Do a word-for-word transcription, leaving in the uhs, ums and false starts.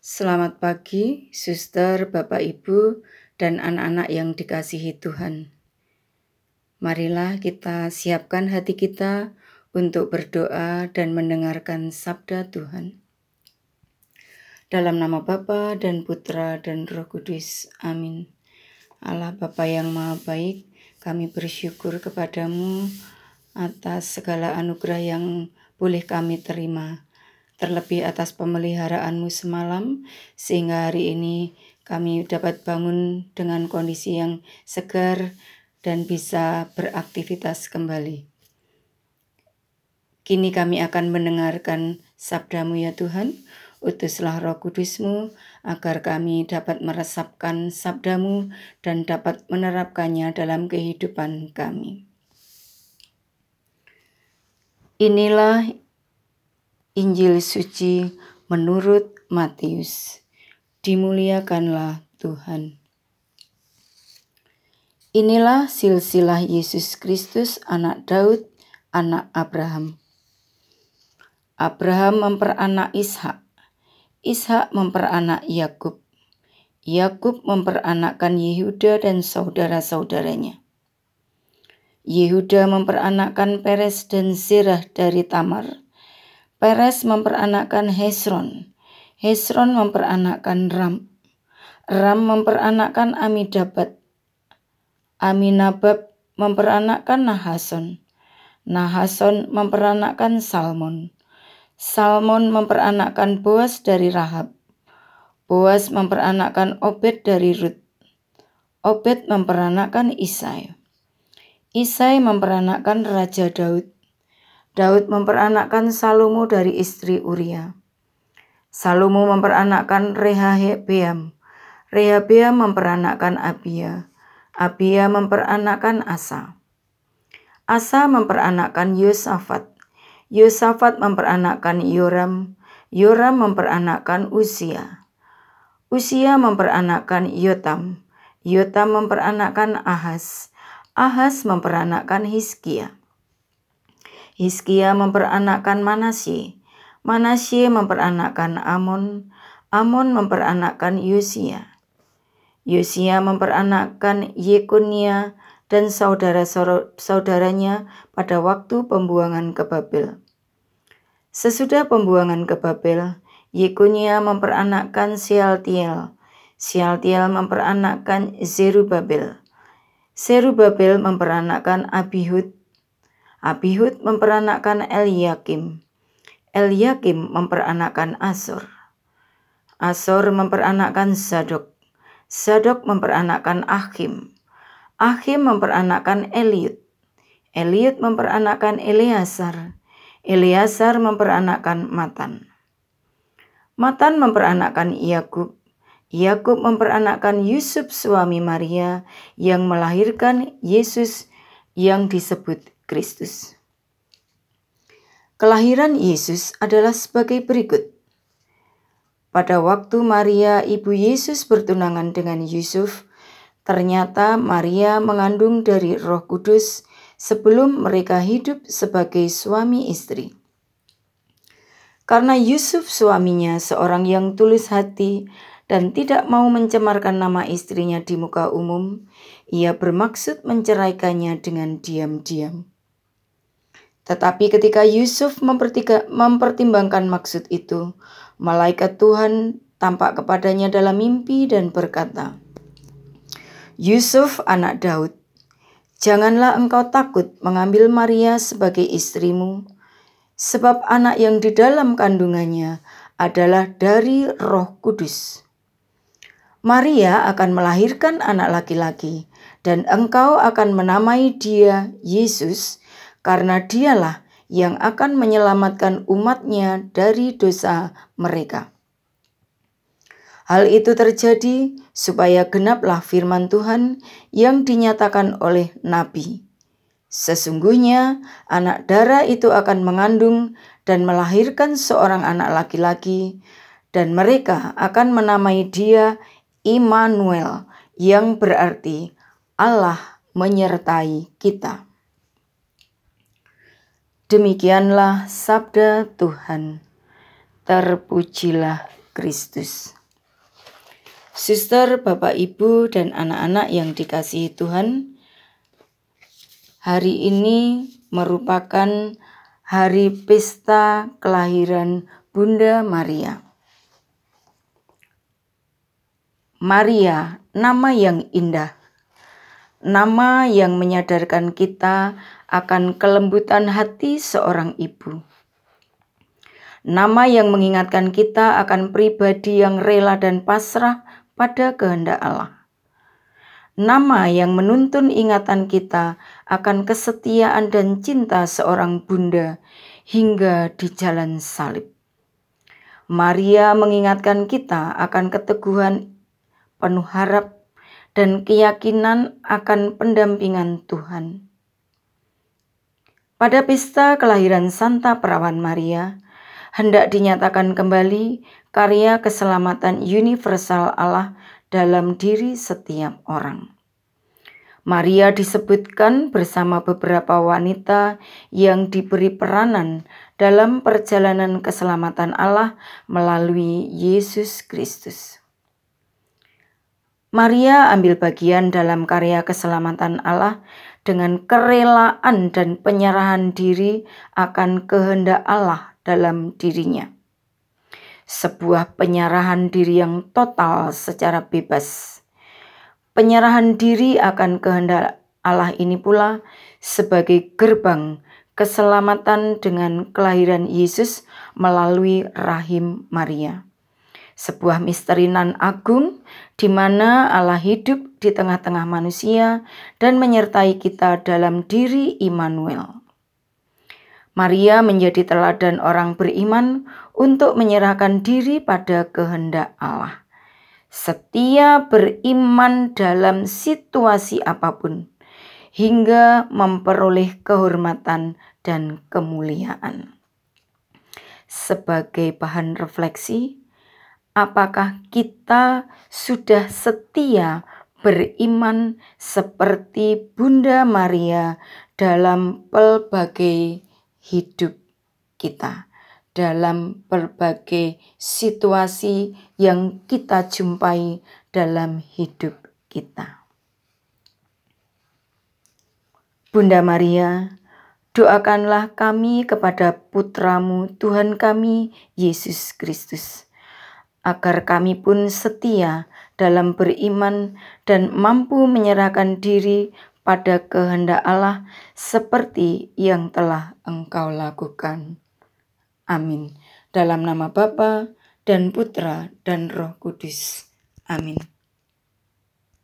Selamat pagi, suster, Bapak, Ibu, dan anak-anak yang dikasihi Tuhan. Marilah kita siapkan hati kita untuk berdoa dan mendengarkan sabda Tuhan. Dalam nama Bapa dan Putra dan Roh Kudus. Amin. Allah Bapa yang Maha Baik, kami bersyukur kepadamu atas segala anugerah yang boleh kami terima, terlebih atas pemeliharaanmu semalam, sehingga hari ini kami dapat bangun dengan kondisi yang segar dan bisa beraktivitas kembali. Kini kami akan mendengarkan sabdamu ya Tuhan. Utuslah Roh Kudusmu agar kami dapat meresapkan sabdamu dan dapat menerapkannya dalam kehidupan kami. Inilah Injil suci menurut Matius. Dimuliakanlah Tuhan. Inilah silsilah Yesus Kristus, anak Daud, anak Abraham. Abraham memperanak Ishak. Ishak memperanak Yakub. Yakub memperanakkan Yehuda dan saudara-saudaranya. Yehuda memperanakkan Peres dan Zerah dari Tamar. Peres memperanakkan Hesron. Hesron memperanakkan Ram. Ram memperanakkan Amminadab. Amminadab memperanakkan Nahason. Nahason memperanakkan Salmon. Salmon memperanakkan Boas dari Rahab. Boas memperanakkan Obed dari Rut. Obed memperanakkan Isai. Isai memperanakkan Raja Daud. Daud memperanakkan Salomo dari istri Uria. Salomo memperanakkan Rehabeam. Rehabeam memperanakkan Abia. Abia memperanakkan Asa. Asa memperanakkan Yosafat. Yosafat memperanakkan Yoram. Yoram memperanakkan Uzia. Uzia memperanakkan Yotam. Yotam memperanakkan Ahaz. Ahaz memperanakkan Hizkia. Hizkia memperanakkan Manasye. Manasye memperanakkan Amon. Amon memperanakkan Yosia. Yosia memperanakkan Yekonia dan saudara-saudaranya pada waktu pembuangan ke Babel. Sesudah pembuangan ke Babel, Yekonia memperanakkan Sealtiel. Sealtiel memperanakkan Zerubabel. Zerubabel memperanakkan Abihud. Abihud memperanakkan Eliakim. Eliakim memperanakkan Asor. Asor memperanakkan Zadok. Zadok memperanakkan Achim. Achim memperanakkan Eliud. Eliud memperanakkan Eleazar. Eleazar memperanakkan Matan. Matan memperanakkan Yakub. Yakub memperanakkan Yusuf suami Maria yang melahirkan Yesus yang disebut Kristus. Kelahiran Yesus adalah sebagai berikut. Pada waktu Maria ibu Yesus bertunangan dengan Yusuf, ternyata Maria mengandung dari Roh Kudus sebelum mereka hidup sebagai suami istri. Karena Yusuf suaminya seorang yang tulus hati dan tidak mau mencemarkan nama istrinya di muka umum, ia bermaksud menceraikannya dengan diam-diam. Tetapi ketika Yusuf mempertimbangkan maksud itu, malaikat Tuhan tampak kepadanya dalam mimpi dan berkata, "Yusuf anak Daud, janganlah engkau takut mengambil Maria sebagai istrimu, sebab anak yang di dalam kandungannya adalah dari Roh Kudus. Maria akan melahirkan anak laki-laki, dan engkau akan menamai dia Yesus, karena dialah yang akan menyelamatkan umatnya dari dosa mereka." Hal itu terjadi supaya genaplah firman Tuhan yang dinyatakan oleh Nabi. Sesungguhnya anak darah itu akan mengandung dan melahirkan seorang anak laki-laki, dan mereka akan menamai dia Immanuel, yang berarti Allah menyertai kita. Demikianlah sabda Tuhan. Terpujilah Kristus. Suster, Bapak, Ibu, dan anak-anak yang dikasihi Tuhan, hari ini merupakan hari pesta kelahiran Bunda Maria. Maria, nama yang indah, nama yang menyadarkan kita akan kelembutan hati seorang ibu. Nama yang mengingatkan kita akan pribadi yang rela dan pasrah pada kehendak Allah. Nama yang menuntun ingatan kita akan kesetiaan dan cinta seorang bunda hingga di jalan salib. Maria mengingatkan kita akan keteguhan penuh harap dan keyakinan akan pendampingan Tuhan. Pada pesta kelahiran Santa Perawan Maria, hendak dinyatakan kembali karya keselamatan universal Allah dalam diri setiap orang. Maria disebutkan bersama beberapa wanita yang diberi peranan dalam perjalanan keselamatan Allah melalui Yesus Kristus. Maria ambil bagian dalam karya keselamatan Allah dengan kerelaan dan penyerahan diri akan kehendak Allah dalam dirinya. Sebuah penyerahan diri yang total secara bebas. Penyerahan diri akan kehendak Allah ini pula sebagai gerbang keselamatan dengan kelahiran Yesus melalui rahim Maria. Sebuah misteri nan agung di mana Allah hidup di tengah-tengah manusia dan menyertai kita dalam diri Immanuel. Maria menjadi teladan orang beriman untuk menyerahkan diri pada kehendak Allah. Setia beriman dalam situasi apapun hingga memperoleh kehormatan dan kemuliaan. Sebagai bahan refleksi, apakah kita sudah setia beriman seperti Bunda Maria dalam pelbagai hidup kita, dalam berbagai situasi yang kita jumpai dalam hidup kita? Bunda Maria, doakanlah kami kepada Putramu Tuhan kami, Yesus Kristus, agar kami pun setia dalam beriman dan mampu menyerahkan diri pada kehendak Allah seperti yang telah Engkau lakukan. Amin. Dalam nama Bapa dan Putra dan Roh Kudus. Amin.